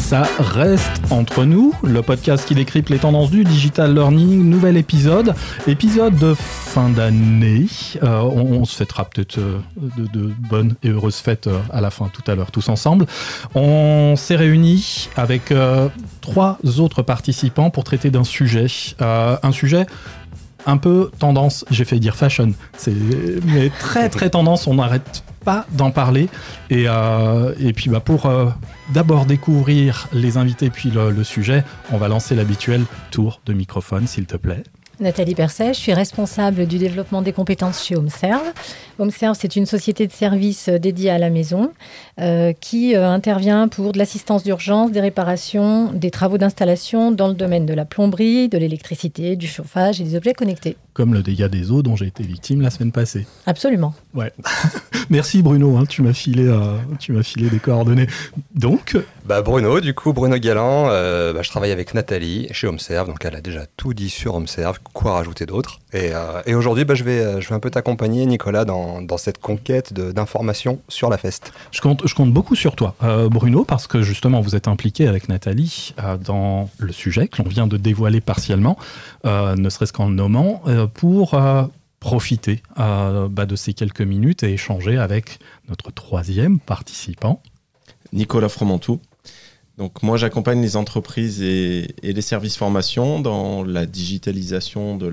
Ça reste entre nous, le podcast qui décrypte les tendances du digital learning, nouvel épisode de fin d'année. On se fêtera peut-être de bonnes et heureuses fêtes à la fin tout à l'heure, tous ensemble. On s'est réunis avec 3 autres participants pour traiter d'un sujet. Un sujet un peu tendance, j'ai failli dire fashion, mais très très tendance, on n'arrête pas d'en parler. Et puis pour d'abord découvrir les invités puis le sujet, on va lancer l'habituel tour de microphone, s'il te plaît. Nathalie Percet, je suis responsable du développement des compétences chez HomeServe. HomeServe, c'est une société de services dédiée à la maison qui intervient pour de l'assistance d'urgence, des réparations, des travaux d'installation dans le domaine de la plomberie, de l'électricité, du chauffage et des objets connectés. Comme le dégât des eaux dont j'ai été victime la semaine passée. Absolument. Ouais. Merci Bruno, tu m'as filé des coordonnées. Donc Bruno Galland, je travaille avec Nathalie chez HomeServe, donc elle a déjà tout dit sur HomeServe, quoi rajouter d'autre. Et aujourd'hui, je vais un peu t'accompagner, Nicolas, dans cette conquête d'informations sur la FEST. Je compte beaucoup sur toi, Bruno, parce que justement, vous êtes impliqué avec Nathalie dans le sujet que l'on vient de dévoiler partiellement, ne serait-ce qu'en le nommant, pour profiter de ces quelques minutes et échanger avec notre 3e participant. Nicolas Fromentou. Donc moi, j'accompagne les entreprises et les services formation dans la digitalisation de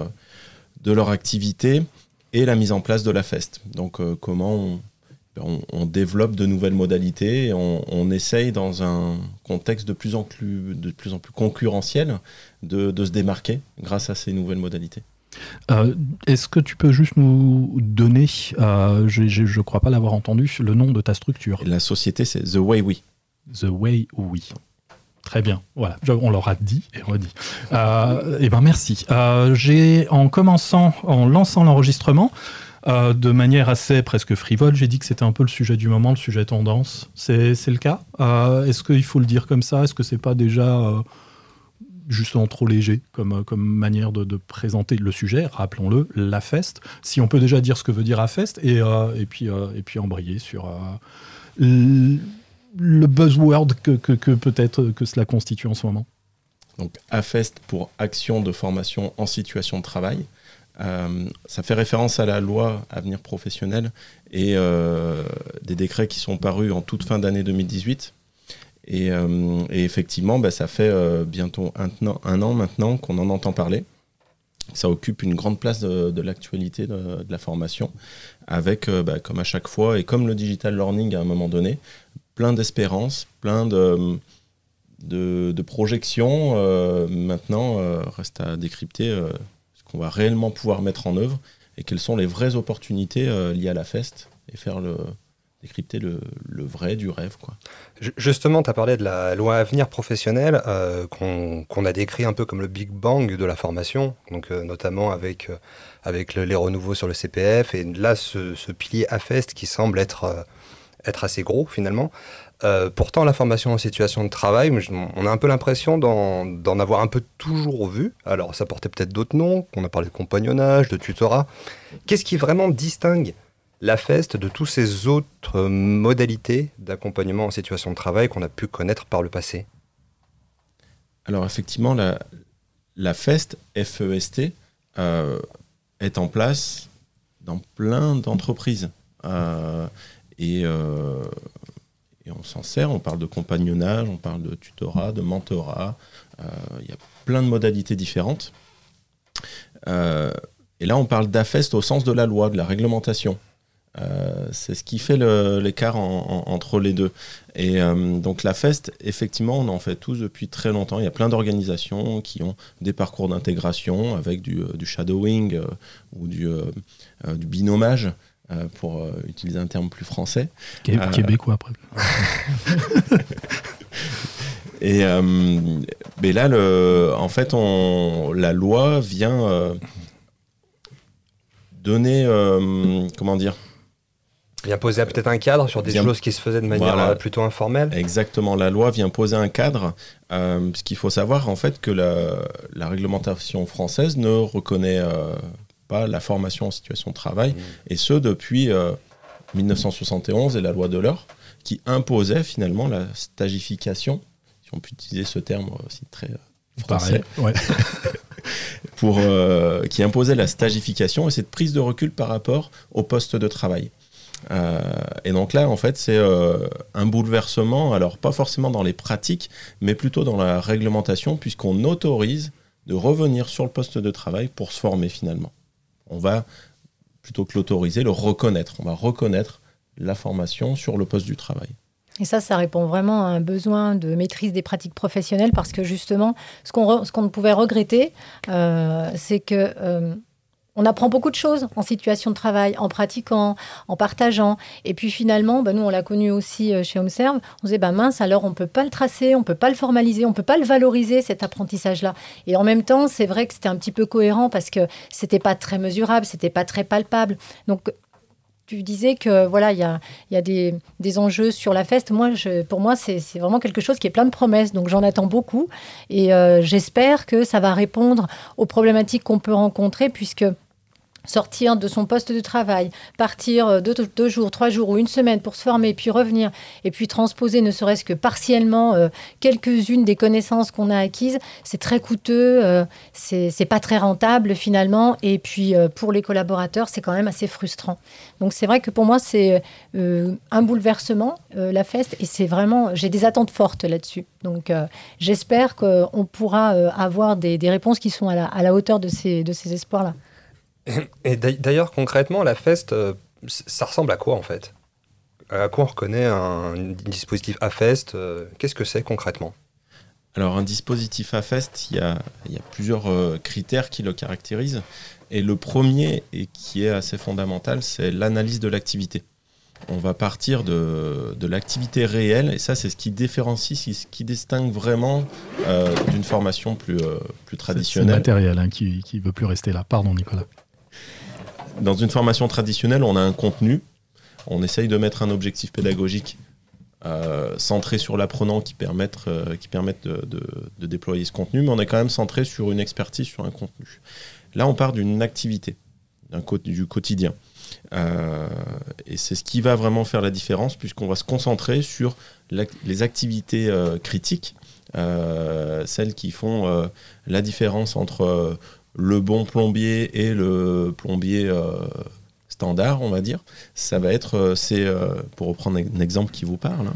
leur activité et la mise en place de la FEST. Donc comment on développe de nouvelles modalités et on essaye dans un contexte de plus en plus concurrentiel de se démarquer grâce à ces nouvelles modalités. Est-ce que tu peux juste nous donner, je ne crois pas l'avoir entendu, le nom de ta structure? La société, c'est The Way We. The Way We. Très bien, voilà, on l'aura dit et redit. Merci. En lançant l'enregistrement, de manière assez presque frivole, j'ai dit que c'était un peu le sujet du moment, le sujet tendance. C'est le cas? Est-ce qu'il faut le dire comme ça? Est-ce que c'est pas déjà justement trop léger comme manière de présenter le sujet? Rappelons-le, la FEST. Si on peut déjà dire ce que veut dire la FEST et puis embrayer sur le buzzword que peut-être que cela constitue en ce moment. Donc AFEST pour Action de formation en situation de travail. Ça fait référence à la loi Avenir Professionnel et des décrets qui sont parus en toute fin d'année 2018. Et effectivement, ça fait bientôt un an maintenant qu'on en entend parler. Ça occupe une grande place de l'actualité de la formation, avec, comme à chaque fois, et comme le digital learning à un moment donné, plein d'espérances, plein de projections. Maintenant, reste à décrypter ce qu'on va réellement pouvoir mettre en œuvre et quelles sont les vraies opportunités liées à la FEST et décrypter le vrai du rêve, quoi. Justement, tu as parlé de la loi Avenir Professionnel qu'on a décrit un peu comme le Big Bang de la formation, donc notamment avec les renouveaux sur le CPF, et là ce pilier AFEST qui semble être assez gros finalement. Pourtant, la formation en situation de travail, on a un peu l'impression d'en avoir un peu toujours vu. Alors, ça portait peut-être d'autres noms, qu'on a parlé de compagnonnage, de tutorat. Qu'est-ce qui vraiment distingue la FEST de toutes ces autres modalités d'accompagnement en situation de travail qu'on a pu connaître par le passé? Alors effectivement, la FEST, F-E-S-T, est en place dans plein d'entreprises. Et on s'en sert, on parle de compagnonnage, on parle de tutorat, de mentorat. Il y a plein de modalités différentes. Et là, on parle d'AFEST au sens de la loi, de la réglementation. C'est ce qui fait l'écart entre les deux. Et donc la FEST, effectivement, on en fait tous depuis très longtemps. Il y a plein d'organisations qui ont des parcours d'intégration avec du shadowing ou du binomage, pour utiliser un terme plus français. Québécois après. Et mais là, en fait, la loi vient donner, vient poser peut-être un cadre sur des choses qui se faisaient de manière plutôt informelle. Exactement, la loi vient poser un cadre, parce qu'il faut savoir en fait que la réglementation française ne reconnaît pas la formation en situation de travail, et ce depuis 1971 et la loi Delors, qui imposait finalement la stagification on peut utiliser ce terme aussi très français, ouais. qui imposait la stagification et cette prise de recul par rapport au poste de travail. Et donc là, en fait, c'est un bouleversement, alors pas forcément dans les pratiques, mais plutôt dans la réglementation, puisqu'on autorise de revenir sur le poste de travail pour se former finalement. On va, plutôt que l'autoriser, le reconnaître. On va reconnaître la formation sur le poste du travail. Et ça répond vraiment à un besoin de maîtrise des pratiques professionnelles parce que justement, ce qu'on pouvait regretter, c'est que on apprend beaucoup de choses en situation de travail, en pratiquant, en partageant. Et puis finalement, nous, on l'a connu aussi chez HomeServe. On se disait, mince, alors on ne peut pas le tracer, on ne peut pas le formaliser, on ne peut pas le valoriser, cet apprentissage-là. Et en même temps, c'est vrai que c'était un petit peu cohérent parce que ce n'était pas très mesurable, ce n'était pas très palpable. Donc, tu disais que voilà, il y a des enjeux sur la FEST. Pour moi, c'est vraiment quelque chose qui est plein de promesses. Donc, j'en attends beaucoup. Et j'espère que ça va répondre aux problématiques qu'on peut rencontrer puisque sortir de son poste de travail, partir 2 jours, 3 jours ou une semaine pour se former, puis revenir, et puis transposer ne serait-ce que partiellement quelques-unes des connaissances qu'on a acquises, c'est très coûteux, c'est pas très rentable finalement, et puis pour les collaborateurs, c'est quand même assez frustrant. Donc c'est vrai que pour moi, c'est un bouleversement, la FEST, et c'est vraiment, j'ai des attentes fortes là-dessus. Donc j'espère qu'on pourra avoir des réponses qui sont à la hauteur de ces espoirs-là. Et d'ailleurs, concrètement, la FEST, ça ressemble à quoi en fait ? À quoi on reconnaît un dispositif AFEST ? Qu'est-ce que c'est concrètement ? Alors un dispositif AFEST, il y a plusieurs critères qui le caractérisent. Et le premier, et qui est assez fondamental, c'est l'analyse de l'activité. On va partir de l'activité réelle, et ça c'est ce qui différencie, ce qui distingue vraiment d'une formation plus traditionnelle. C'est le matériel qui ne veut plus rester là. Pardon Nicolas. Dans une formation traditionnelle, on a un contenu, on essaye de mettre un objectif pédagogique centré sur l'apprenant qui permettent de déployer ce contenu, mais on est quand même centré sur une expertise, sur un contenu. Là, on part d'une activité, du quotidien. Et c'est ce qui va vraiment faire la différence, puisqu'on va se concentrer sur les activités critiques, celles qui font la différence entre le bon plombier et le plombier standard, on va dire. Ça va être, pour reprendre un exemple qui vous parle,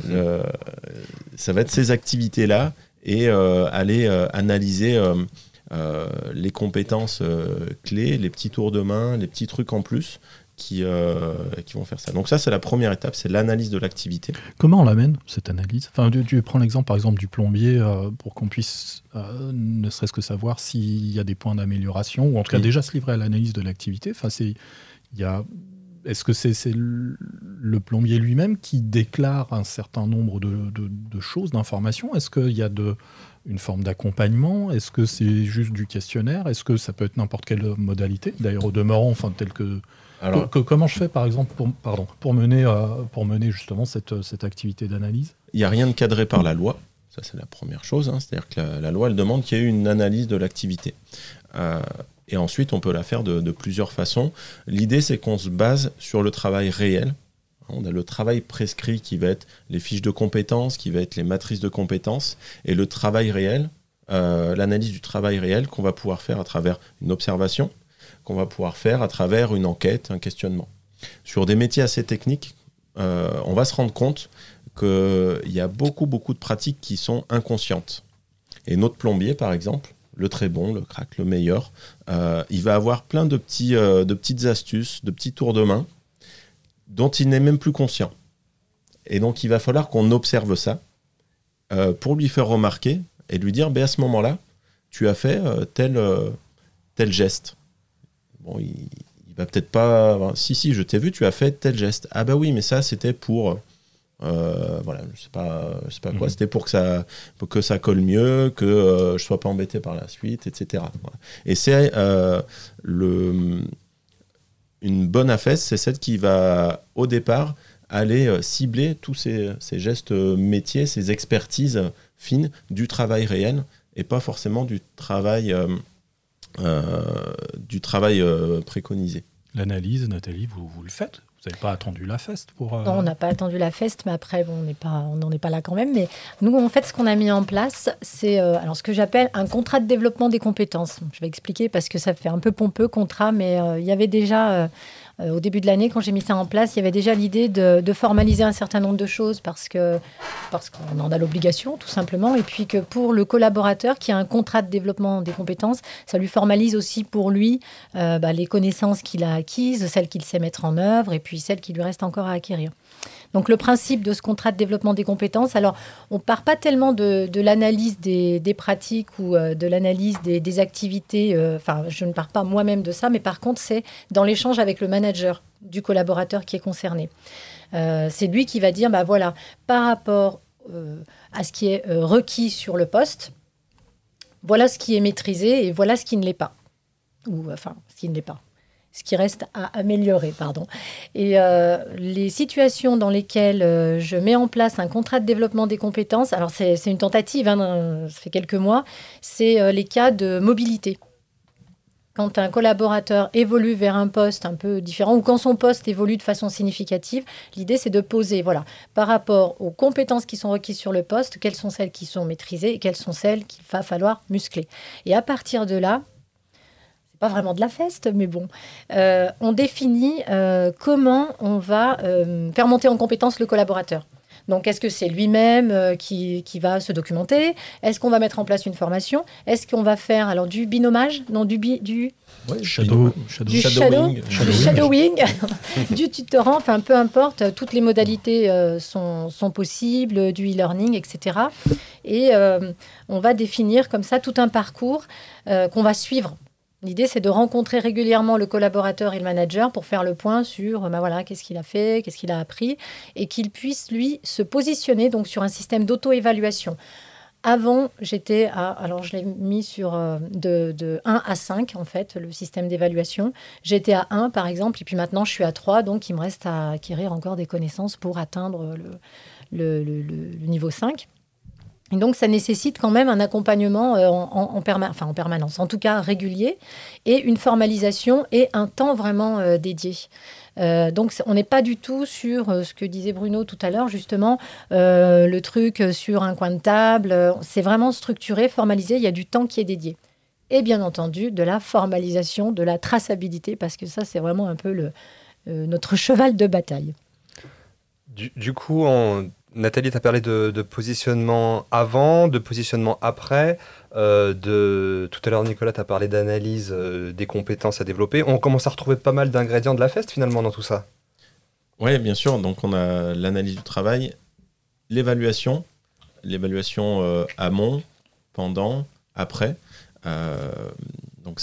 ça va être ces activités-là et aller analyser les compétences clés, les petits tours de main, les petits trucs en plus qui vont faire ça. Donc ça, c'est la première étape, c'est l'analyse de l'activité. Comment on l'amène, cette analyse ? Enfin, tu prends l'exemple, par exemple, du plombier pour qu'on puisse ne serait-ce que savoir s'il y a des points d'amélioration, ou en tout cas déjà se livrer à l'analyse de l'activité. Enfin, est-ce que c'est le plombier lui-même qui déclare un certain nombre de choses, d'informations ? Est-ce qu'il y a une forme d'accompagnement ? Est-ce que c'est juste du questionnaire ? Est-ce que ça peut être n'importe quelle modalité ? D'ailleurs, au demeurant, tel que... Alors, comment je fais, par exemple, pour mener justement cette activité d'analyse ? Il n'y a rien de cadré par la loi. Ça, c'est la première chose. C'est-à-dire que la loi, elle demande qu'il y ait une analyse de l'activité. Et ensuite, on peut la faire de plusieurs façons. L'idée, c'est qu'on se base sur le travail réel. On a le travail prescrit qui va être les fiches de compétences, qui va être les matrices de compétences. Et le travail réel, l'analyse du travail réel qu'on va pouvoir faire à travers une observation, qu'on va pouvoir faire à travers une enquête, un questionnement. Sur des métiers assez techniques, on va se rendre compte qu'il y a beaucoup de pratiques qui sont inconscientes. Et notre plombier, par exemple, le très bon, le crack, le meilleur, il va avoir plein de petites astuces, de petits tours de main dont il n'est même plus conscient. Et donc, il va falloir qu'on observe ça pour lui faire remarquer et lui dire, à ce moment-là, tu as fait tel geste. Bon, il va peut-être pas... Si, je t'ai vu, tu as fait tel geste. Ah oui, mais ça, c'était pour... je sais pas quoi. C'était pour que ça colle mieux, que je sois pas embêté par la suite, etc. Voilà. Et c'est une bonne AFEST, c'est celle qui va, au départ, aller cibler tous ces gestes métiers, ces expertises fines du travail réel, et pas forcément du travail préconisé. L'analyse, Nathalie, vous le faites ? Vous n'avez pas attendu la FEST pour... Non, on n'a pas attendu la FEST, mais après, bon, on n'en est pas là quand même. Mais nous, en fait, ce qu'on a mis en place, c'est alors ce que j'appelle un contrat de développement des compétences. Je vais expliquer parce que ça fait un peu pompeux, contrat, mais il y avait déjà, au début de l'année, quand j'ai mis ça en place, il y avait déjà l'idée de formaliser un certain nombre de choses parce qu'on en a l'obligation, tout simplement. Et puis que pour le collaborateur qui a un contrat de développement des compétences, ça lui formalise aussi pour lui les connaissances qu'il a acquises, celles qu'il sait mettre en œuvre, et puis celles qui lui restent encore à acquérir. Donc le principe de ce contrat de développement des compétences, alors on ne part pas tellement de l'analyse des pratiques ou de l'analyse des activités, je ne pars pas moi-même de ça, mais par contre c'est dans l'échange avec le manager du collaborateur qui est concerné. C'est lui qui va dire, voilà, par rapport à ce qui est requis sur le poste, voilà ce qui est maîtrisé et voilà ce qui ne l'est pas. Ce qui ne l'est pas. Ce qui reste à améliorer, pardon. Et les situations dans lesquelles je mets en place un contrat de développement des compétences, alors c'est une tentative, ça fait quelques mois, c'est les cas de mobilité. Quand un collaborateur évolue vers un poste un peu différent ou quand son poste évolue de façon significative, l'idée c'est de poser, par rapport aux compétences qui sont requises sur le poste, quelles sont celles qui sont maîtrisées et quelles sont celles qu'il va falloir muscler. Et à partir de là, pas vraiment de la FEST, mais bon, on définit comment on va faire monter en compétence le collaborateur. Donc, est-ce que c'est lui-même qui va se documenter? Est-ce qu'on va mettre en place une formation? Est-ce qu'on va faire du binomage? Non, du shadowing, du tutorant, peu importe, toutes les modalités sont possibles, du e-learning, etc. Et on va définir comme ça tout un parcours qu'on va suivre. L'idée, c'est de rencontrer régulièrement le collaborateur et le manager pour faire le point sur qu'est-ce qu'il a fait, qu'est-ce qu'il a appris, et qu'il puisse, lui, se positionner donc, sur un système d'auto-évaluation. Avant, j'étais alors je l'ai mis sur de 1 à 5, en fait, le système d'évaluation. J'étais à 1, par exemple, et puis maintenant, je suis à 3, donc il me reste à acquérir encore des connaissances pour atteindre le niveau 5. Et donc, ça nécessite quand même un accompagnement en permanence, en tout cas régulier, et une formalisation et un temps vraiment dédié. Donc, on n'est pas du tout sur ce que disait Bruno tout à l'heure, justement, le truc sur un coin de table. C'est vraiment structuré, formalisé, il y a du temps qui est dédié. Et bien entendu, de la formalisation, de la traçabilité, parce que ça, c'est vraiment un peu notre cheval de bataille. Du coup, Nathalie, tu as parlé de positionnement avant, de positionnement après. Tout à l'heure, Nicolas, tu as parlé d'analyse des compétences à développer. On commence à retrouver pas mal d'ingrédients de la FEST, finalement, dans tout ça. Oui, bien sûr. Donc, on a l'analyse du travail, l'évaluation amont, pendant, après. Donc,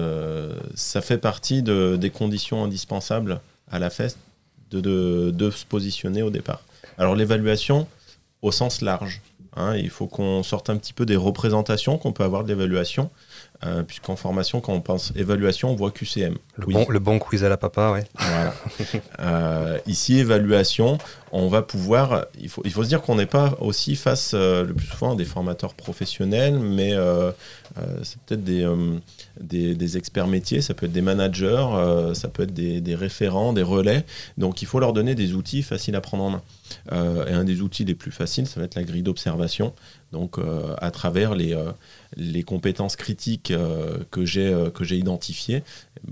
ça fait partie des conditions indispensables à la FEST de se positionner au départ. Alors l'évaluation au sens large, il faut qu'on sorte un petit peu des représentations qu'on peut avoir de l'évaluation, puisqu'en formation, quand on pense évaluation, on voit QCM. Le bon quiz à la papa, oui. Voilà. Ici, évaluation, on va pouvoir... Il faut se dire qu'on n'est pas aussi face, le plus souvent, à des formateurs professionnels, mais c'est peut-être des experts métiers, ça peut être des managers, ça peut être des référents, des relais. Donc, il faut leur donner des outils faciles à prendre en main. Et un des outils les plus faciles, ça va être la grille d'observation. Donc, à travers les compétences critiques que j'ai identifiées,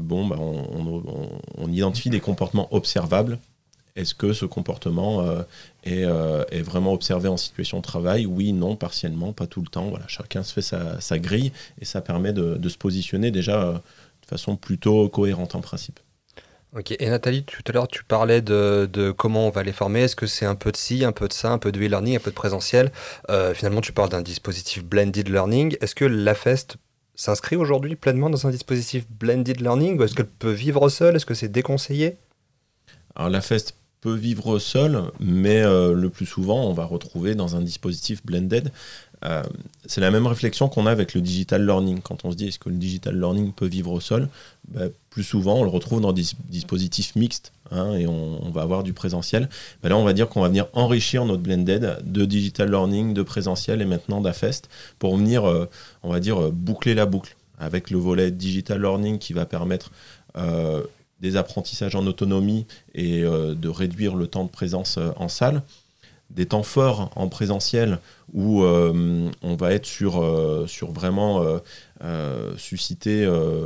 on identifie des comportements observables. Est-ce que ce comportement est vraiment observé en situation de travail? Oui, non, partiellement, pas tout le temps. Voilà, chacun se fait sa grille et ça permet de se positionner déjà de façon plutôt cohérente en principe. Ok, et Nathalie, tout à l'heure, tu parlais de comment on va les former. Est-ce que c'est un peu de ci, un peu de ça, un peu de e-learning, un peu de présentiel? Finalement, tu parles d'un dispositif blended learning. Est-ce que la FEST s'inscrit aujourd'hui pleinement dans un dispositif blended learning ou est-ce qu'elle peut vivre seule? Est-ce que c'est déconseillé? Alors, la FEST peut vivre seule, mais le plus souvent, on va retrouver dans un dispositif blended. C'est la même réflexion qu'on a avec le digital learning. Quand on se dit est-ce que le digital learning peut vivre seul, plus souvent on le retrouve dans des dispositifs mixtes et on va avoir du présentiel. Là on va dire qu'on va venir enrichir notre blended de digital learning, de présentiel et maintenant d'AFEST pour venir on va dire boucler la boucle avec le volet digital learning qui va permettre des apprentissages en autonomie et de réduire le temps de présence en salle. Des temps forts en présentiel où on va être sur vraiment susciter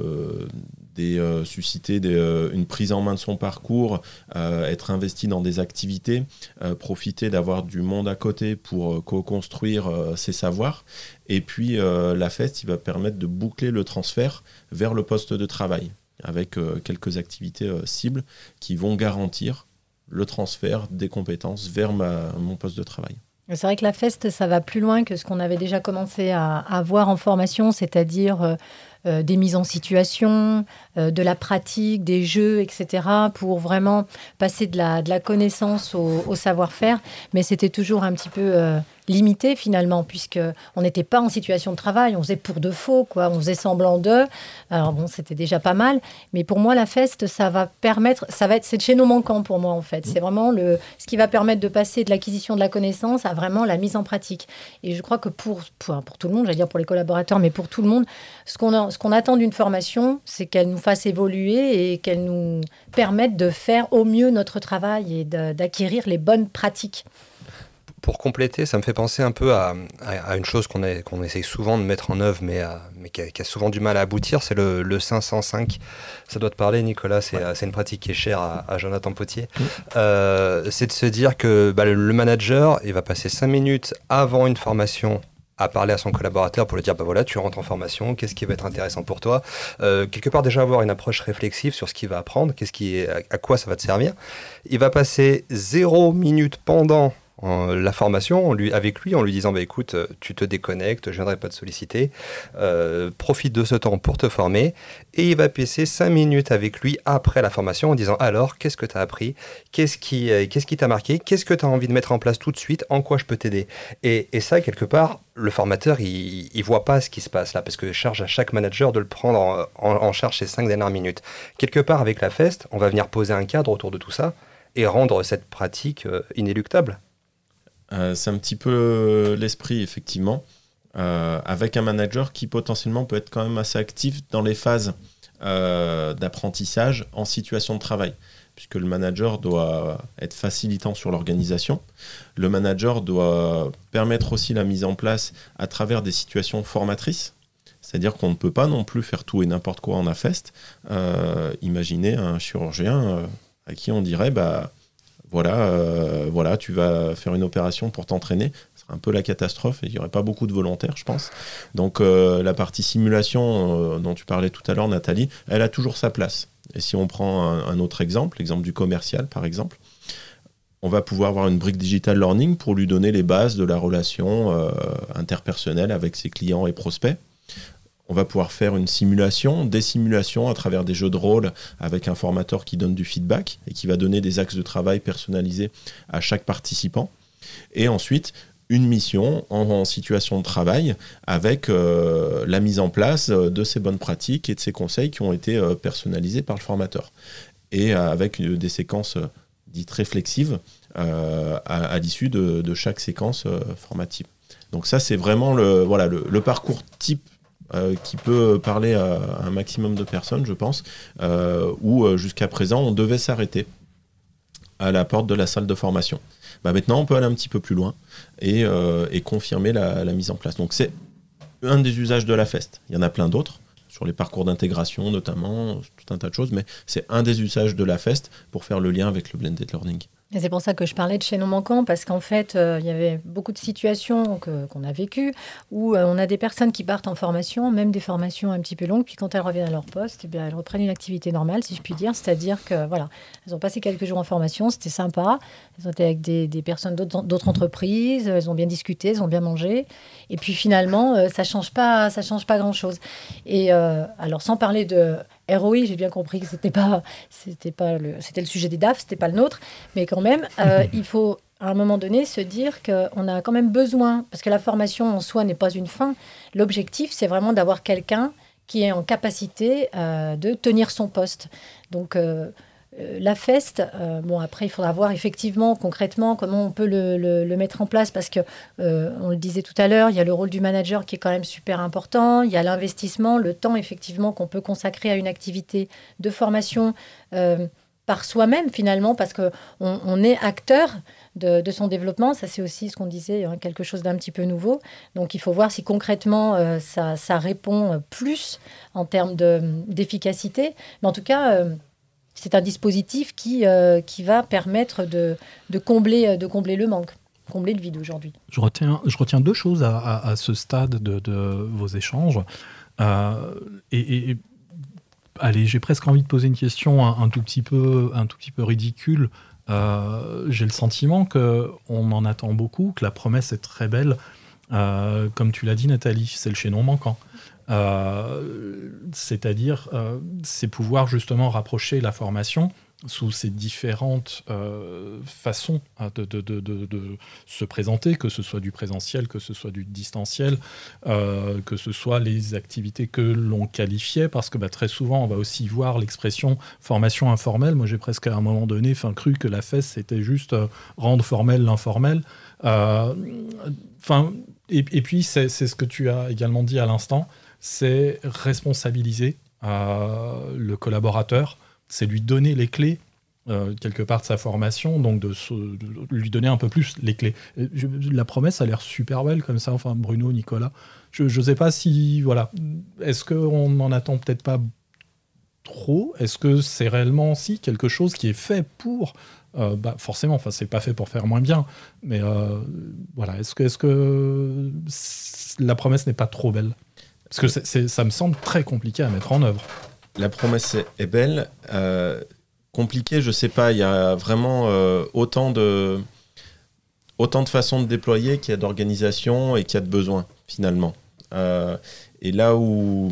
une prise en main de son parcours, être investi dans des activités, profiter d'avoir du monde à côté pour co-construire ses savoirs. Et puis la FEST, il va permettre de boucler le transfert vers le poste de travail avec quelques activités cibles qui vont garantir le transfert des compétences vers mon poste de travail. C'est vrai que la FEST, ça va plus loin que ce qu'on avait déjà commencé à voir en formation, c'est-à-dire des mises en situation, de la pratique, des jeux, etc., pour vraiment passer de la connaissance au savoir-faire. Mais c'était toujours un petit peu limité finalement, puisqu'on n'était pas en situation de travail, on faisait pour de faux, quoi. On faisait semblant d'eux. Alors bon, c'était déjà pas mal. Mais pour moi, la FEST, c'est le chaînon manquant pour moi en fait. C'est vraiment ce qui va permettre de passer de l'acquisition de la connaissance à vraiment la mise en pratique. Et je crois que pour tout le monde, j'allais dire pour les collaborateurs, mais pour tout le monde, ce qu'on attend d'une formation, c'est qu'elle nous fasse évoluer et qu'elle nous permette de faire au mieux notre travail et d'acquérir les bonnes pratiques. Pour compléter, ça me fait penser un peu à une chose qu'on essaye souvent de mettre en œuvre, mais qui a souvent du mal à aboutir, c'est le 505. Ça doit te parler, Nicolas, c'est une pratique qui est chère à Jonathan Potier. C'est de se dire que le manager, il va passer 5 minutes avant une formation à parler à son collaborateur pour lui dire voilà, tu rentres en formation, qu'est-ce qui va être intéressant pour toi, quelque part déjà avoir une approche réflexive sur ce qu'il va apprendre, à quoi ça va te servir. Il va passer 0 minute pendant la formation avec lui en lui disant écoute, tu te déconnectes, je ne viendrai pas te solliciter, profite de ce temps pour te former, et il va passer 5 minutes avec lui après la formation en disant alors qu'est-ce que tu as appris, qu'est-ce qui t'a marqué, qu'est-ce que tu as envie de mettre en place tout de suite, en quoi je peux t'aider, et ça quelque part le formateur il voit pas ce qui se passe là, parce que charge à chaque manager de le prendre en charge ces 5 dernières minutes. Quelque part avec la FEST, on va venir poser un cadre autour de tout ça et rendre cette pratique inéluctable. C'est un petit peu l'esprit, effectivement, avec un manager qui potentiellement peut être quand même assez actif dans les phases d'apprentissage en situation de travail, puisque le manager doit être facilitant sur l'organisation. Le manager doit permettre aussi la mise en place à travers des situations formatrices, c'est-à-dire qu'on ne peut pas non plus faire tout et n'importe quoi en AFEST. Imaginez un chirurgien à qui on dirait voilà, tu vas faire une opération pour t'entraîner. Ce serait un peu la catastrophe et il n'y aurait pas beaucoup de volontaires, je pense. Donc la partie simulation dont tu parlais tout à l'heure, Nathalie, elle a toujours sa place. Et si on prend un autre exemple, l'exemple du commercial par exemple, on va pouvoir avoir une brique digital learning pour lui donner les bases de la relation interpersonnelle avec ses clients et prospects. On va pouvoir faire des simulations à travers des jeux de rôle avec un formateur qui donne du feedback et qui va donner des axes de travail personnalisés à chaque participant. Et ensuite, une mission en situation de travail avec la mise en place de ces bonnes pratiques et de ces conseils qui ont été personnalisés par le formateur. Et avec des séquences dites réflexives à l'issue de chaque séquence formative. Donc ça, c'est vraiment le parcours type qui peut parler à un maximum de personnes, je pense, où jusqu'à présent, on devait s'arrêter à la porte de la salle de formation. Maintenant, on peut aller un petit peu plus loin et confirmer la mise en place. Donc, c'est un des usages de la FEST. Il y en a plein d'autres, sur les parcours d'intégration notamment, tout un tas de choses, mais c'est un des usages de la FEST pour faire le lien avec le blended learning. Et c'est pour ça que je parlais de chaînon manquant, parce qu'en fait, il y avait beaucoup de situations qu'on a vécues où on a des personnes qui partent en formation, même des formations un petit peu longues, puis quand elles reviennent à leur poste, elles reprennent une activité normale, si je puis dire, c'est-à-dire que voilà, elles ont passé quelques jours en formation, c'était sympa, elles ont été avec des personnes d'autres entreprises, elles ont bien discuté, elles ont bien mangé, et puis finalement, ça change pas grand-chose. Et alors, sans parler de ROI, j'ai bien compris que c'était le sujet des DAF, c'était pas le nôtre, mais quand même, il faut à un moment donné se dire qu'on a quand même besoin, parce que la formation en soi n'est pas une fin. L'objectif, c'est vraiment d'avoir quelqu'un qui est en capacité de tenir son poste. Donc, la FEST, après, il faudra voir effectivement, concrètement, comment on peut le mettre en place, parce que, on le disait tout à l'heure, il y a le rôle du manager qui est quand même super important, il y a l'investissement, le temps, effectivement, qu'on peut consacrer à une activité de formation par soi-même, finalement, parce qu'on est acteur de son développement. Ça, c'est aussi ce qu'on disait, quelque chose d'un petit peu nouveau. Donc, il faut voir si concrètement, ça répond plus en termes d'efficacité. Mais en tout cas... c'est un dispositif qui va permettre de combler le manque, combler le vide aujourd'hui. Je retiens deux choses à ce stade de vos échanges. Allez, j'ai presque envie de poser une question un tout petit peu ridicule. J'ai le sentiment qu'on en attend beaucoup, que la promesse est très belle. Comme tu l'as dit, Nathalie, c'est le chaînon manquant. C'est-à-dire, c'est pouvoir justement rapprocher la formation sous ces différentes façons de se présenter, que ce soit du présentiel, que ce soit du distanciel, que ce soit les activités que l'on qualifiait, parce que très souvent, on va aussi voir l'expression formation informelle. Moi, j'ai presque à un moment donné cru que la FES, c'était juste rendre formel l'informel. Et puis, c'est ce que tu as également dit à l'instant, c'est responsabiliser le collaborateur, c'est lui donner les clés quelque part de sa formation, donc de lui donner un peu plus les clés. La promesse a l'air super belle comme ça, enfin Bruno, Nicolas. Je ne sais pas si, voilà, est-ce qu'on n'en attend peut-être pas trop ? Est-ce que c'est réellement quelque chose qui est fait pour... forcément, c'est pas fait pour faire moins bien, mais voilà, est-ce que la promesse n'est pas trop belle ? Parce que ça me semble très compliqué à mettre en œuvre. La promesse est belle. Compliqué, je sais pas. Il y a vraiment autant de façons de déployer qu'il y a d'organisation et qu'il y a de besoins, finalement. Et là où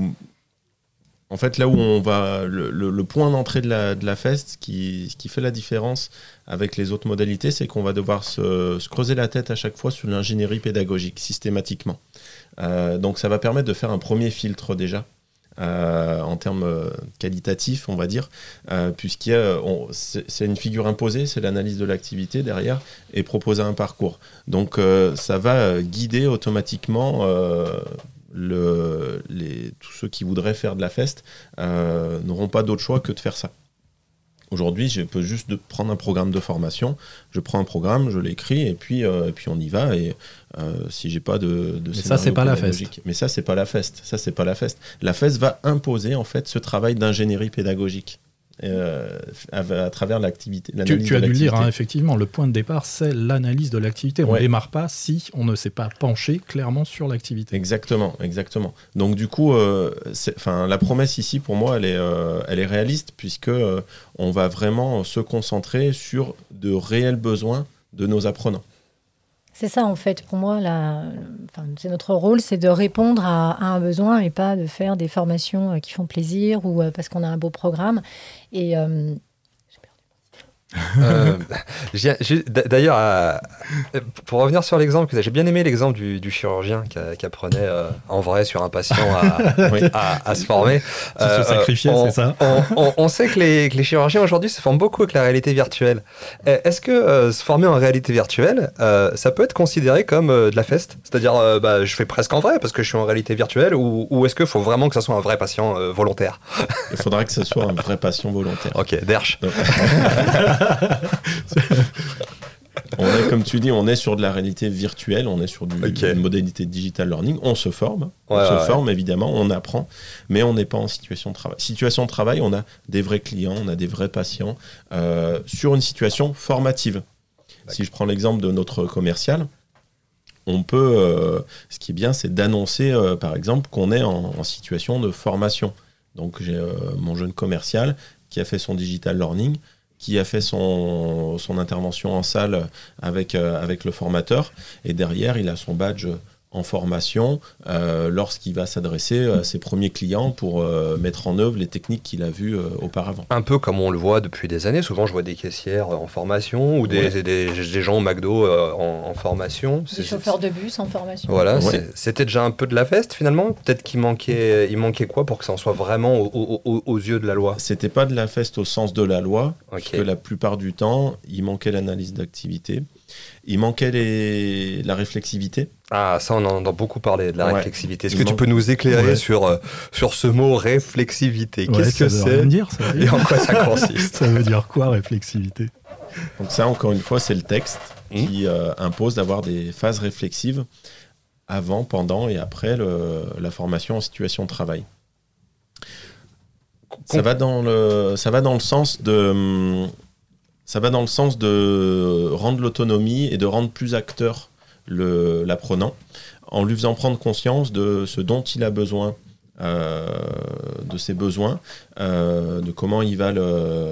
on va... Le point d'entrée de la FEST, ce qui fait la différence avec les autres modalités, c'est qu'on va devoir se creuser la tête à chaque fois sur l'ingénierie pédagogique, systématiquement. Donc ça va permettre de faire un premier filtre déjà, en termes qualitatifs, on va dire, c'est une figure imposée, c'est l'analyse de l'activité derrière, et proposer un parcours. Donc ça va guider automatiquement... tous ceux qui voudraient faire de la FEST n'auront pas d'autre choix que de faire ça. Aujourd'hui, je peux juste prendre un programme de formation, je prends un programme, je l'écris et puis on y va. Et si j'ai pas de mais ça, c'est pas la FEST. Mais ça, c'est pas la FEST. La FEST va imposer en fait ce travail d'ingénierie pédagogique. À travers l'activité. Tu as dû le dire, effectivement, le point de départ, c'est l'analyse de l'activité. On ne démarre pas si on ne s'est pas penché clairement sur l'activité. Exactement. Donc du coup, la promesse ici, pour moi, elle est réaliste, puisque on va vraiment se concentrer sur de réels besoins de nos apprenants. C'est ça, en fait, pour moi, c'est notre rôle, c'est de répondre à un besoin et pas de faire des formations qui font plaisir ou parce qu'on a un beau programme. Et d'ailleurs, pour revenir sur l'exemple, j'ai bien aimé l'exemple du chirurgien qui apprenait en vrai sur un patient à se former. Se sacrifier, c'est ça. On sait que les chirurgiens aujourd'hui se forment beaucoup avec la réalité virtuelle. Est-ce que se former en réalité virtuelle, ça peut être considéré comme de la FEST ? C'est-à-dire, je fais presque en vrai parce que je suis en réalité virtuelle, ou est-ce qu'il faut vraiment que ça soit un vrai patient volontaire ? Il faudra que ce soit un vrai patient volontaire. Ok, Dersch. Comme tu dis, on est sur de la réalité virtuelle, on est sur une modalité digital learning, on se forme, évidemment, on apprend, mais on n'est pas en situation de travail. Situation de travail, on a des vrais clients, on a des vrais patients, sur une situation formative. D'accord. Si je prends l'exemple de notre commercial, on peut, ce qui est bien, c'est d'annoncer, par exemple, qu'on est en situation de formation. Donc j'ai mon jeune commercial qui a fait son digital learning, qui a fait son intervention en salle avec le formateur, et derrière il a son badge en formation lorsqu'il va s'adresser à ses premiers clients pour mettre en œuvre les techniques qu'il a vues auparavant. Un peu comme on le voit depuis des années. Souvent, je vois des caissières en formation ou des gens au McDo en formation. Des chauffeurs de bus en formation. Voilà, c'était déjà un peu de la veste finalement. Peut-être qu'il manquait quoi pour que ça en soit vraiment aux yeux de la loi. C'était pas de la veste au sens de la loi, parce que la plupart du temps, il manquait l'analyse d'activité. Il manquait la réflexivité. Ah, ça, on en a beaucoup parlé, de la réflexivité. Est-ce que tu peux nous éclairer sur ce mot réflexivité? Qu'est-ce que c'est? Rien dire, ça et en quoi ça consiste? Ça veut dire quoi, réflexivité? Donc ça, encore une fois, c'est le texte qui impose d'avoir des phases réflexives avant, pendant et après la formation en situation de travail. Ça va dans le sens de rendre l'autonomie et de rendre plus acteur l'apprenant, en lui faisant prendre conscience de ce dont il a besoin, de ses besoins, de comment il va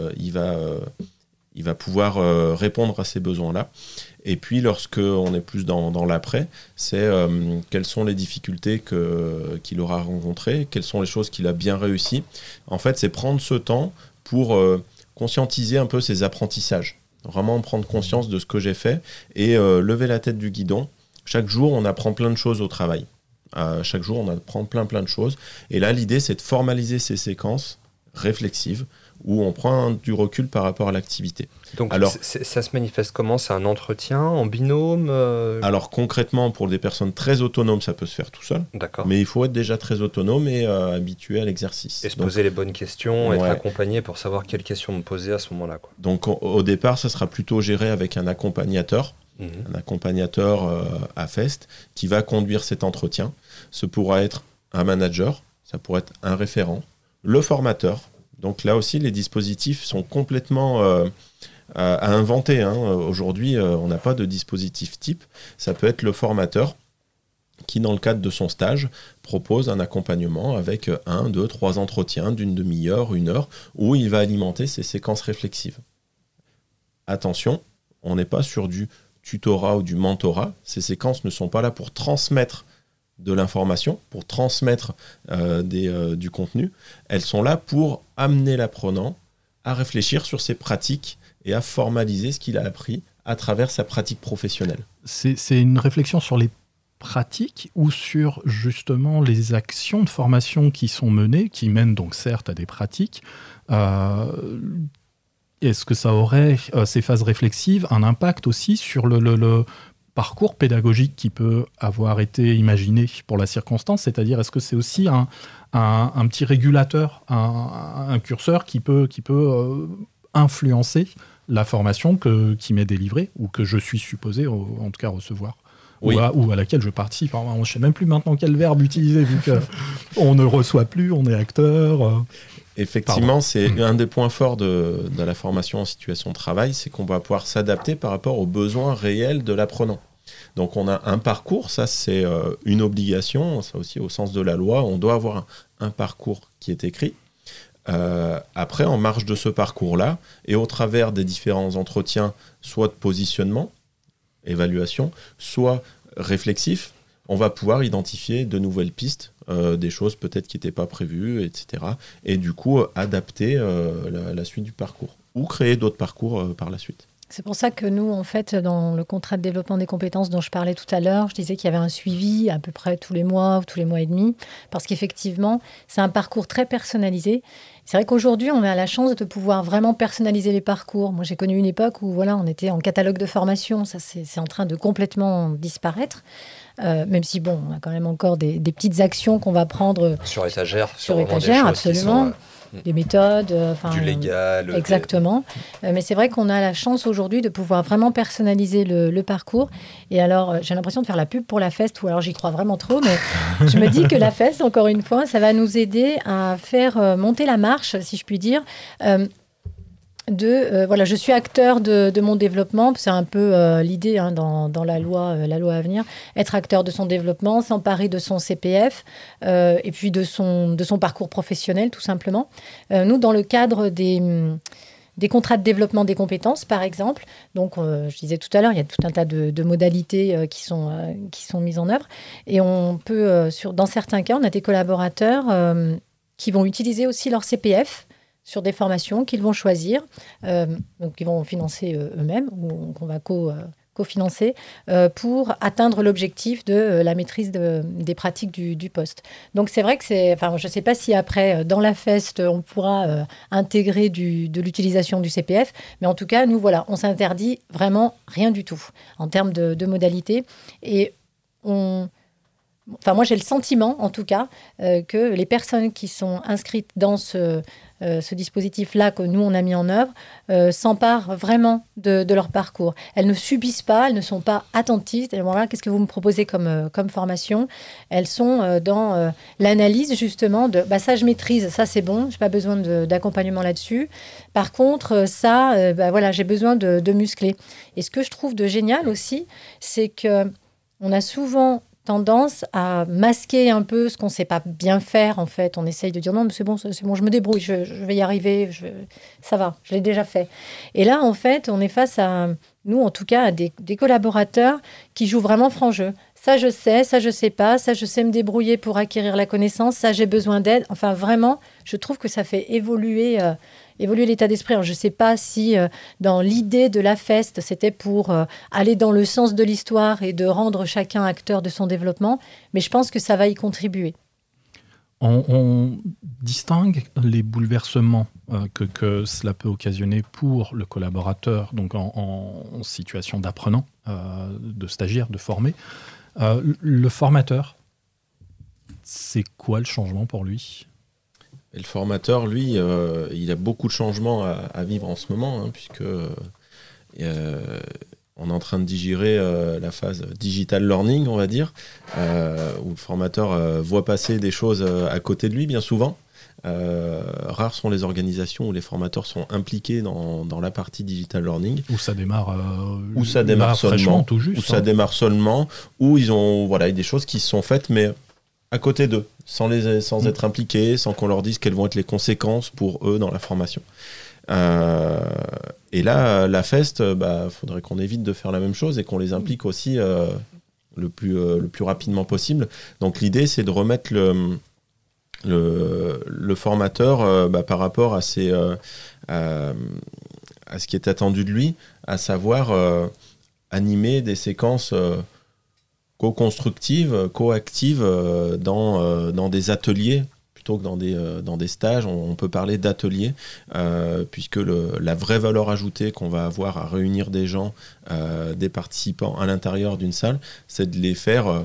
pouvoir répondre à ces besoins-là. Et puis, lorsqu'on est plus dans l'après, c'est quelles sont les difficultés qu'il aura rencontrées, quelles sont les choses qu'il a bien réussies. En fait, c'est prendre ce temps pour conscientiser un peu ses apprentissages. Vraiment prendre conscience de ce que j'ai fait et lever la tête du guidon. Chaque jour, on apprend plein de choses au travail. Chaque jour, on apprend plein de choses. Et là, l'idée, c'est de formaliser ces séquences réflexives où on prend du recul par rapport à l'activité. Donc, ça se manifeste comment? C'est un entretien en binôme Alors, concrètement, pour des personnes très autonomes, ça peut se faire tout seul. D'accord. Mais il faut être déjà très autonome et habitué à l'exercice. Et se poser les bonnes questions, être accompagné pour savoir quelles questions me poser à ce moment-là, quoi. Donc, au départ, ça sera plutôt géré avec un accompagnateur. Un accompagnateur à FEST qui va conduire cet entretien. Ce pourra être un manager, ça pourrait être un référent, le formateur. Donc là aussi, les dispositifs sont complètement à inventer. Aujourd'hui, on n'a pas de dispositif type. Ça peut être le formateur qui, dans le cadre de son stage, propose un accompagnement avec 1, 2, 3 entretiens d'une demi-heure, 1 heure, où il va alimenter ses séquences réflexives. Attention, on n'est pas sur du tutorat ou du mentorat. Ces séquences ne sont pas là pour transmettre de l'information, pour transmettre du contenu. Elles sont là pour amener l'apprenant à réfléchir sur ses pratiques et à formaliser ce qu'il a appris à travers sa pratique professionnelle. C'est une réflexion sur les pratiques ou sur justement les actions de formation qui sont menées, qui mènent donc certes à des pratiques. Est-ce que ça aurait, ces phases réflexives, un impact aussi sur le parcours pédagogique qui peut avoir été imaginé pour la circonstance? C'est-à-dire, est-ce que c'est aussi un petit régulateur, un curseur qui peut influencer la formation qui m'est délivrée ou que je suis supposé, en tout cas, recevoir? Oui. Ou à laquelle je participe. Je ne sais même plus maintenant quel verbe utiliser, vu qu'on ne reçoit plus, on est acteur. Effectivement, c'est un des points forts de la formation en situation de travail, c'est qu'on va pouvoir s'adapter par rapport aux besoins réels de l'apprenant. Donc on a un parcours, ça c'est une obligation, ça aussi au sens de la loi, on doit avoir un parcours qui est écrit. Après, en marge de ce parcours-là, et au travers des différents entretiens, soit de positionnement, évaluation, soit réflexif, on va pouvoir identifier de nouvelles pistes, des choses peut-être qui n'étaient pas prévues, etc. Et du coup, adapter la suite du parcours ou créer d'autres parcours par la suite. C'est pour ça que nous, en fait, dans le contrat de développement des compétences dont je parlais tout à l'heure, je disais qu'il y avait un suivi à peu près tous les mois ou tous les mois et demi, parce qu'effectivement, c'est un parcours très personnalisé. C'est vrai qu'aujourd'hui, on a la chance de pouvoir vraiment personnaliser les parcours. Moi, j'ai connu une époque où on était en catalogue de formation. Ça, c'est en train de complètement disparaître. Même si, on a quand même encore des petites actions qu'on va prendre sur étagère. Sur étagère, absolument. Des méthodes. Du légal. Exactement. Mais c'est vrai qu'on a la chance aujourd'hui de pouvoir vraiment personnaliser le parcours. Et alors, j'ai l'impression de faire la pub pour la FEST, ou alors j'y crois vraiment trop, mais je me dis que la FEST, encore une fois, ça va nous aider à faire monter la marche, si je puis dire. Je suis acteur de mon développement, c'est un peu l'idée dans la loi à venir, être acteur de son développement, s'emparer de son CPF et puis de son parcours professionnel tout simplement. Nous, dans le cadre des des contrats de développement des compétences, par exemple. Donc, je disais tout à l'heure, il y a tout un tas de modalités qui sont mises en œuvre. Et on peut, dans certains cas, on a des collaborateurs qui vont utiliser aussi leur CPF sur des formations qu'ils vont choisir, donc ils vont financer eux-mêmes ou qu'on va cofinancer pour atteindre l'objectif de la maîtrise des pratiques du poste. Donc c'est vrai que je ne sais pas si après, dans la FEST, on pourra intégrer de l'utilisation du CPF, mais en tout cas, nous, voilà, on s'interdit vraiment rien du tout en termes de modalités. Et moi, j'ai le sentiment, en tout cas, que les personnes qui sont inscrites dans ce dispositif-là que nous, on a mis en œuvre, s'emparent vraiment de leur parcours. Elles ne subissent pas, elles ne sont pas attentives. Voilà, qu'est-ce que vous me proposez comme formation ? Elles sont dans l'analyse, justement, de ça, je maîtrise, ça, c'est bon, je n'ai pas besoin d'accompagnement là-dessus. Par contre, ça, j'ai besoin de muscler. Et ce que je trouve de génial aussi, c'est qu'on a souvent tendance à masquer un peu ce qu'on ne sait pas bien faire, en fait. On essaye de dire non, mais c'est bon, je me débrouille, je vais y arriver, ça va, je l'ai déjà fait. Et là, en fait, on est face à, nous, en tout cas, à des collaborateurs qui jouent vraiment franc jeu. Ça, je sais pas, ça, je sais me débrouiller pour acquérir la connaissance, ça, j'ai besoin d'aide. Enfin, vraiment, je trouve que ça fait évoluer l'état d'esprit. Alors, je ne sais pas si dans l'idée de la FEST, c'était pour aller dans le sens de l'histoire et de rendre chacun acteur de son développement, mais je pense que ça va y contribuer. On distingue les bouleversements que cela peut occasionner pour le collaborateur, donc en situation d'apprenant, de stagiaire, de formé. Le formateur, c'est quoi le changement pour lui ? Et le formateur, lui, il a beaucoup de changements à vivre en ce moment, puisque on est en train de digérer la phase digital learning, on va dire, où le formateur voit passer des choses à côté de lui, bien souvent. Rares sont les organisations où les formateurs sont impliqués dans la partie digital learning. Où ça démarre, seulement, tout juste. Où ça démarre seulement, où ils ont des choses qui se sont faites, mais à côté d'eux, sans être impliqués, sans qu'on leur dise quelles vont être les conséquences pour eux dans la formation. Et là, la FEST, faudrait qu'on évite de faire la même chose et qu'on les implique aussi le plus rapidement possible. Donc l'idée, c'est de remettre le formateur par rapport à ce qui est attendu de lui, à savoir animer des séquences co-constructives, co-actives dans des ateliers plutôt que dans des stages. On peut parler d'ateliers puisque la vraie valeur ajoutée qu'on va avoir à réunir des gens, des participants à l'intérieur d'une salle, c'est de les faire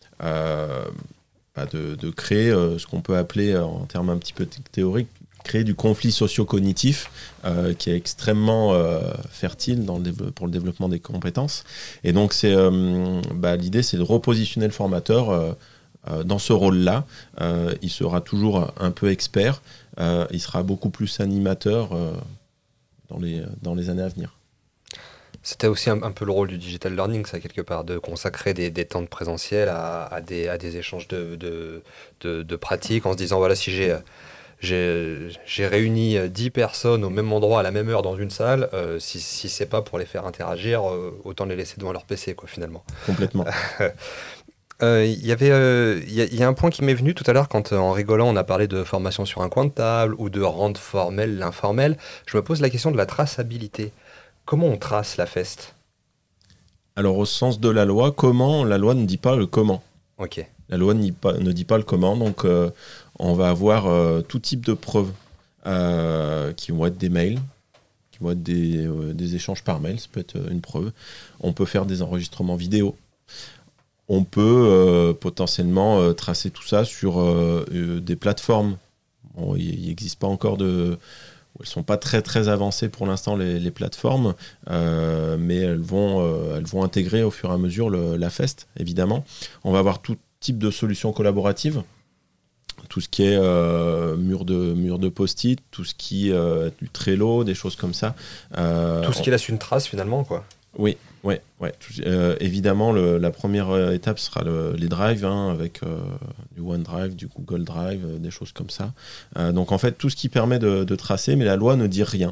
de créer ce qu'on peut appeler en termes un petit peu théoriques, créer du conflit socio-cognitif qui est extrêmement fertile pour le développement des compétences. Et donc l'idée, c'est de repositionner le formateur dans ce rôle-là. Il sera toujours un peu expert, il sera beaucoup plus animateur dans les années à venir. C'était aussi un peu le rôle du digital learning, ça, quelque part, de consacrer des temps de présentiel à des échanges de pratiques, en se disant, voilà, si j'ai réuni 10 personnes au même endroit, à la même heure, dans une salle, si c'est pas pour les faire interagir, autant les laisser devant leur PC, quoi, finalement. Complètement. Il y a un point qui m'est venu tout à l'heure quand, en rigolant, on a parlé de formation sur un coin de table ou de rendre formel l'informel. Je me pose la question de la traçabilité. Comment on trace la FEST ? Alors, au sens de la loi, la loi ne dit pas le comment. Ok. La loi ne dit pas le comment, donc on va avoir tout type de preuves qui vont être des mails, qui vont être des échanges par mail, ça peut être une preuve. On peut faire des enregistrements vidéo. On peut potentiellement tracer tout ça sur des plateformes. Bon, il n'existe pas encore elles ne sont pas très très avancées pour l'instant, les plateformes, mais elles vont intégrer au fur et à mesure la FEST, évidemment. On va avoir tout type de solutions collaboratives, tout ce qui est mur de post-it, tout ce qui est du Trello, des choses comme ça. Tout ce qui laisse une trace, finalement, quoi. Oui. Évidemment, la première étape sera les drives, avec du OneDrive, du Google Drive, des choses comme ça. Donc en fait, tout ce qui permet de tracer, mais la loi ne dit rien.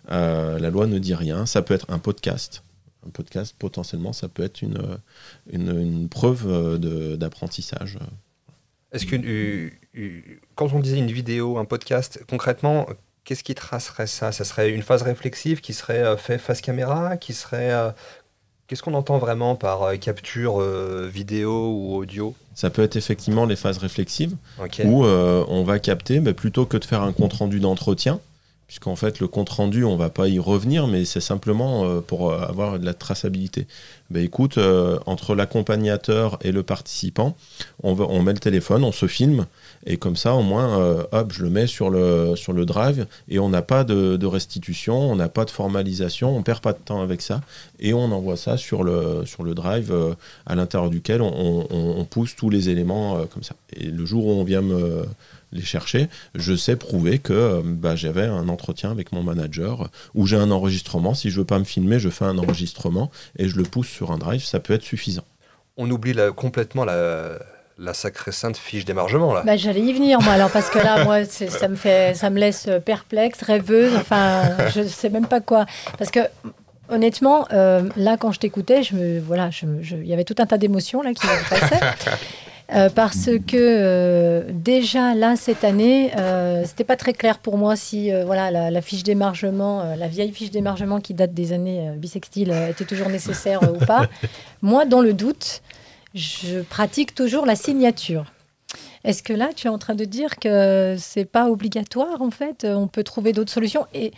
La loi ne dit rien. Ça peut être un podcast. Un podcast, potentiellement, ça peut être une preuve d'apprentissage. Est-ce que quand on disait une vidéo, un podcast, concrètement, qu'est-ce qui tracerait ça? Ça serait une phase réflexive qui serait fait face caméra, qui serait... Qu'est-ce qu'on entend vraiment par capture vidéo ou audio? Ça peut être effectivement les phases réflexives, Okay. où on va capter, plutôt que de faire un compte-rendu d'entretien, puisqu'en fait le compte-rendu, on ne va pas y revenir, mais c'est simplement pour avoir de la traçabilité. Écoute, entre l'accompagnateur et le participant, on met le téléphone, on se filme, et comme ça, au moins, je le mets sur le drive, et on n'a pas de restitution, on n'a pas de formalisation, on ne perd pas de temps avec ça, et on envoie ça sur le drive à l'intérieur duquel on pousse tous les éléments comme ça. Et le jour où on vient me les chercher, je sais prouver que j'avais un entretien avec mon manager, où j'ai un enregistrement. Si je ne veux pas me filmer, je fais un enregistrement, et je le pousse sur un drive, ça peut être suffisant. On oublie complètement la sacrée sainte fiche d'émargement, là. J'allais y venir, moi, alors, parce que là, moi, ça me laisse perplexe, rêveuse, enfin, je ne sais même pas quoi. Parce que, honnêtement, là, quand je t'écoutais, il y avait tout un tas d'émotions là, qui me passaient. Parce que déjà là cette année, c'était pas très clair pour moi si la fiche d'émargement, la vieille fiche d'émargement qui date des années bissextiles était toujours nécessaire ou pas. Moi, dans le doute, je pratique toujours la signature. Est-ce que là, tu es en train de dire que c'est pas obligatoire en fait? On peut trouver d'autres solutions et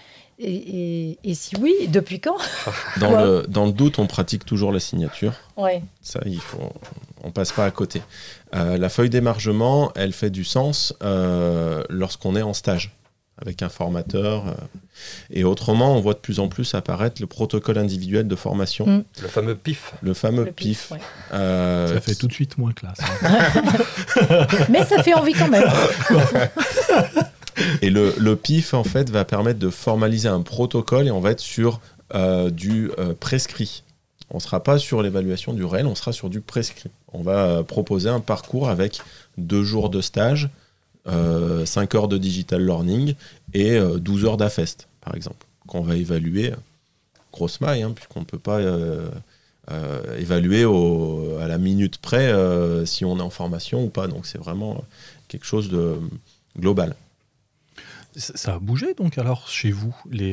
si oui, depuis quand? Dans le doute, on pratique toujours la signature. Ouais. Ça, on passe pas à côté. La feuille d'émargement, elle fait du sens lorsqu'on est en stage avec un formateur. Et autrement, on voit de plus en plus apparaître le protocole individuel de formation. Le fameux PIF. Le fameux PIF. Ouais. Ça fait tout de suite moins classe. Hein. Mais ça fait envie quand même. Et le PIF, en fait, va permettre de formaliser un protocole et on va être sur du prescrit. On ne sera pas sur l'évaluation du réel, on sera sur du prescrit. On va proposer un parcours avec 2 jours de stage, 5 heures de digital learning et 12 heures d'AFEST, par exemple, qu'on va évaluer grosse maille, puisqu'on ne peut pas évaluer à la minute près si on est en formation ou pas. Donc c'est vraiment quelque chose de global. Ça a bougé donc alors chez vous les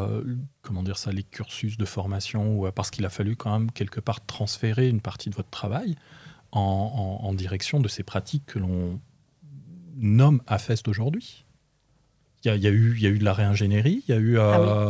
cursus de formation, parce qu'il a fallu quand même quelque part transférer une partie de votre travail en direction de ces pratiques que l'on nomme AFEST aujourd'hui. Il y a eu de la réingénierie, il y a eu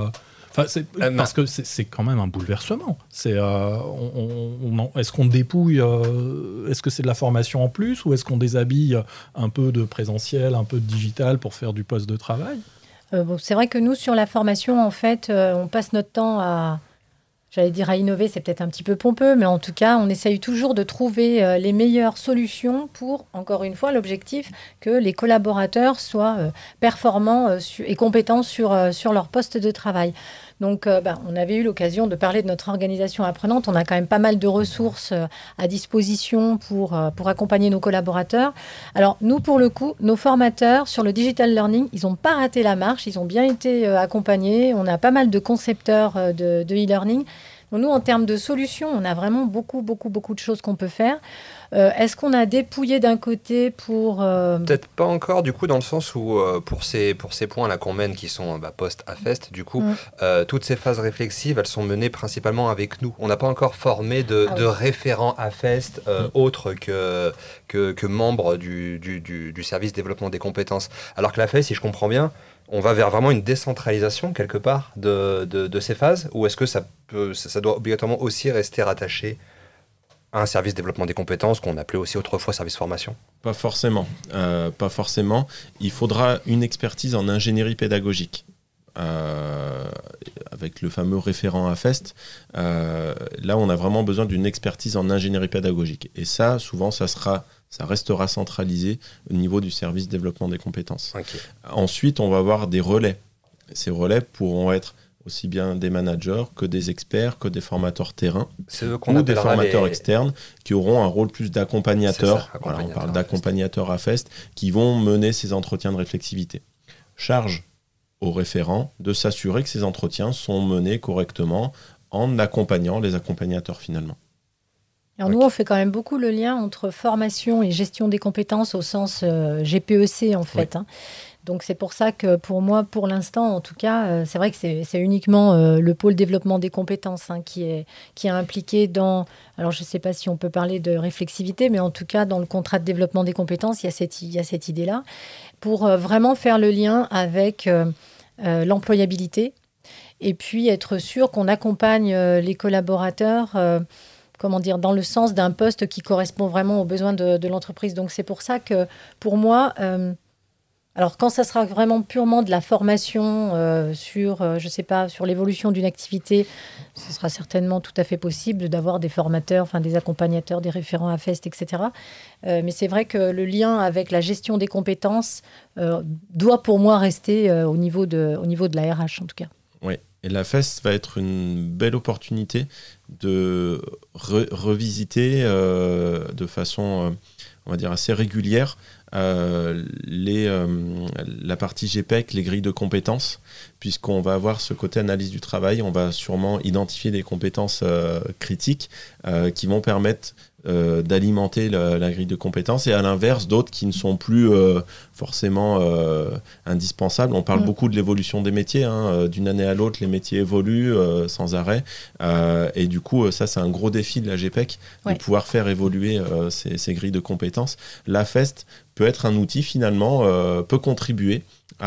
parce que c'est quand même un bouleversement. Est-ce qu'on dépouille, est-ce que c'est de la formation en plus, ou est-ce qu'on déshabille un peu de présentiel, un peu de digital pour faire du poste de travail? C'est vrai que nous, sur la formation, en fait, on passe notre temps à innover, c'est peut-être un petit peu pompeux, mais en tout cas, on essaye toujours de trouver les meilleures solutions pour, encore une fois, l'objectif que les collaborateurs soient performants et compétents sur leur poste de travail. Donc, on avait eu l'occasion de parler de notre organisation apprenante. On a quand même pas mal de ressources à disposition pour accompagner nos collaborateurs. Alors, nous, pour le coup, nos formateurs sur le digital learning, ils n'ont pas raté la marche. Ils ont bien été accompagnés. On a pas mal de concepteurs de e-learning. Donc, nous, en termes de solutions, on a vraiment beaucoup de choses qu'on peut faire. Est-ce qu'on a dépouillé d'un côté pour... Peut-être pas encore, du coup, dans le sens où, pour ces points-là qu'on mène, qui sont post-AFEST, du coup, toutes ces phases réflexives, elles sont menées principalement avec nous. On n'a pas encore formé de référents AFEST autres que membres du service développement des compétences. Alors que l'AFEST, si je comprends bien, on va vers vraiment une décentralisation, quelque part, de ces phases, ou est-ce que ça doit obligatoirement aussi rester rattaché à un service développement des compétences qu'on appelait aussi autrefois service formation? Pas forcément. Il faudra une expertise en ingénierie pédagogique. Avec le fameux référent AFEST, là on a vraiment besoin d'une expertise en ingénierie pédagogique. Et ça, souvent, ça restera centralisé au niveau du service développement des compétences. Okay. Ensuite, on va avoir des relais. Ces relais pourront être aussi bien des managers que des experts, que des formateurs terrain, ou des formateurs externes qui auront un rôle plus d'accompagnateur. Voilà, on parle d'accompagnateurs AFEST qui vont mener ces entretiens de réflexivité. Charge au référent de s'assurer que ces entretiens sont menés correctement en accompagnant les accompagnateurs finalement. Alors nous, on fait quand même beaucoup le lien entre formation et gestion des compétences au sens GPEC en fait. Oui. Donc c'est pour ça que pour moi, pour l'instant en tout cas, c'est vrai que c'est uniquement le pôle développement des compétences qui est impliqué dans, alors je ne sais pas si on peut parler de réflexivité, mais en tout cas dans le contrat de développement des compétences, il y a cette idée-là, pour vraiment faire le lien avec l'employabilité et puis être sûr qu'on accompagne les collaborateurs dans le sens d'un poste qui correspond vraiment aux besoins de l'entreprise. Donc c'est pour ça que pour moi, alors quand ça sera vraiment purement de la formation sur l'évolution d'une activité, ce sera certainement tout à fait possible d'avoir des formateurs, des accompagnateurs, des référents AFEST, etc. Mais c'est vrai que le lien avec la gestion des compétences doit pour moi rester au niveau de la RH en tout cas. Oui. Et la FEST va être une belle opportunité de revisiter de façon, on va dire, assez régulière la partie GPEC, les grilles de compétences, puisqu'on va avoir ce côté analyse du travail. On va sûrement identifier des compétences critiques qui vont permettre d'alimenter la grille de compétences, et à l'inverse d'autres qui ne sont plus forcément indispensables. On parle beaucoup de l'évolution des métiers, d'une année à l'autre les métiers évoluent sans arrêt, et du coup ça c'est un gros défi de la GPEC, de pouvoir faire évoluer ces grilles de compétences. La FEST peut être un outil finalement, peut contribuer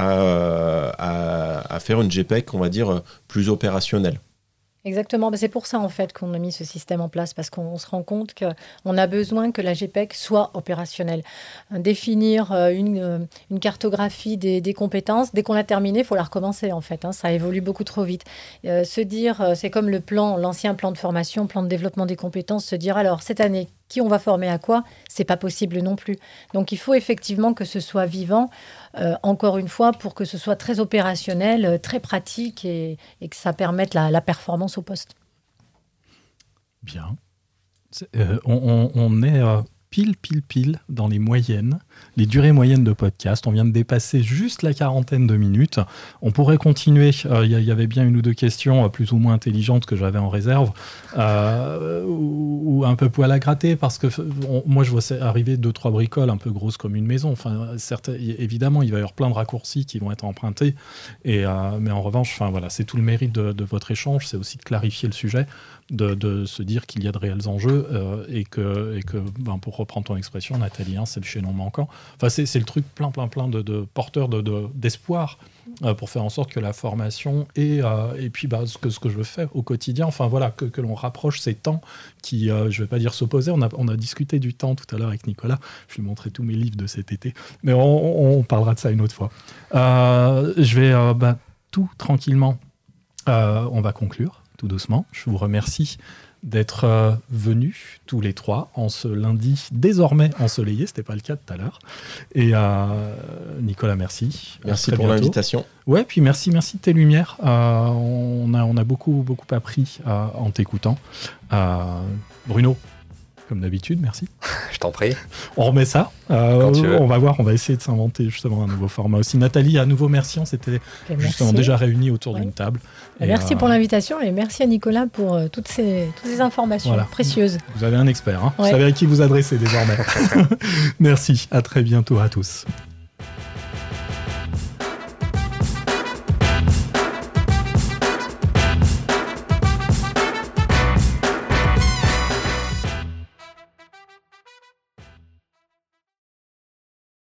à faire une GPEC, on va dire, plus opérationnelle. Exactement, c'est pour ça en fait qu'on a mis ce système en place, parce qu'on se rend compte qu'on a besoin que la GPEC soit opérationnelle. Définir une cartographie des compétences, dès qu'on l'a terminée, il faut la recommencer en fait, ça évolue beaucoup trop vite. Se dire, c'est comme l'ancien plan de formation, plan de développement des compétences, se dire alors cette année, qui on va former à quoi, c'est pas possible non plus. Donc il faut effectivement que ce soit vivant, encore une fois, pour que ce soit très opérationnel, très pratique et que ça permette la performance au poste. Bien. On est pile dans les moyennes, les durées moyennes de podcast. On vient de dépasser juste la 40aine de minutes. On pourrait continuer. Il y avait bien une ou deux questions plus ou moins intelligentes que j'avais en réserve, ou un peu poil à gratter, parce que moi je vois arriver 2-3 bricoles un peu grosses comme une maison. Certes, évidemment, il va y avoir plein de raccourcis qui vont être empruntés, mais en revanche, c'est tout le mérite de votre échange, c'est aussi de clarifier le sujet, de se dire qu'il y a de réels enjeux, et que pour reprendre ton expression, Nathalie, c'est le chaînon manquant. C'est le truc plein de porteurs d'espoir, pour faire en sorte que la formation et puis ce que je fais au quotidien, que l'on rapproche ces temps qui, je ne vais pas dire s'opposer, on a discuté du temps tout à l'heure avec Nicolas, je lui ai montré tous mes livres de cet été, mais on parlera de ça une autre fois. Je vais tout tranquillement, on va conclure tout doucement. Je vous remercie d'être venus tous les trois en ce lundi désormais ensoleillé, c'était pas le cas tout à l'heure. Et Nicolas, merci. Merci pour l'invitation. Ouais, puis merci de tes lumières. On a beaucoup appris en t'écoutant. Bruno, comme d'habitude, merci. Je t'en prie. On remet ça. On va voir, on va essayer de s'inventer justement un nouveau format aussi. Nathalie, à nouveau merci, on s'était justement déjà réunis autour d'une table. Merci pour l'invitation et merci à Nicolas pour toutes ces informations précieuses. Vous avez un expert, vous savez à qui vous adresser désormais. Merci, à très bientôt à tous.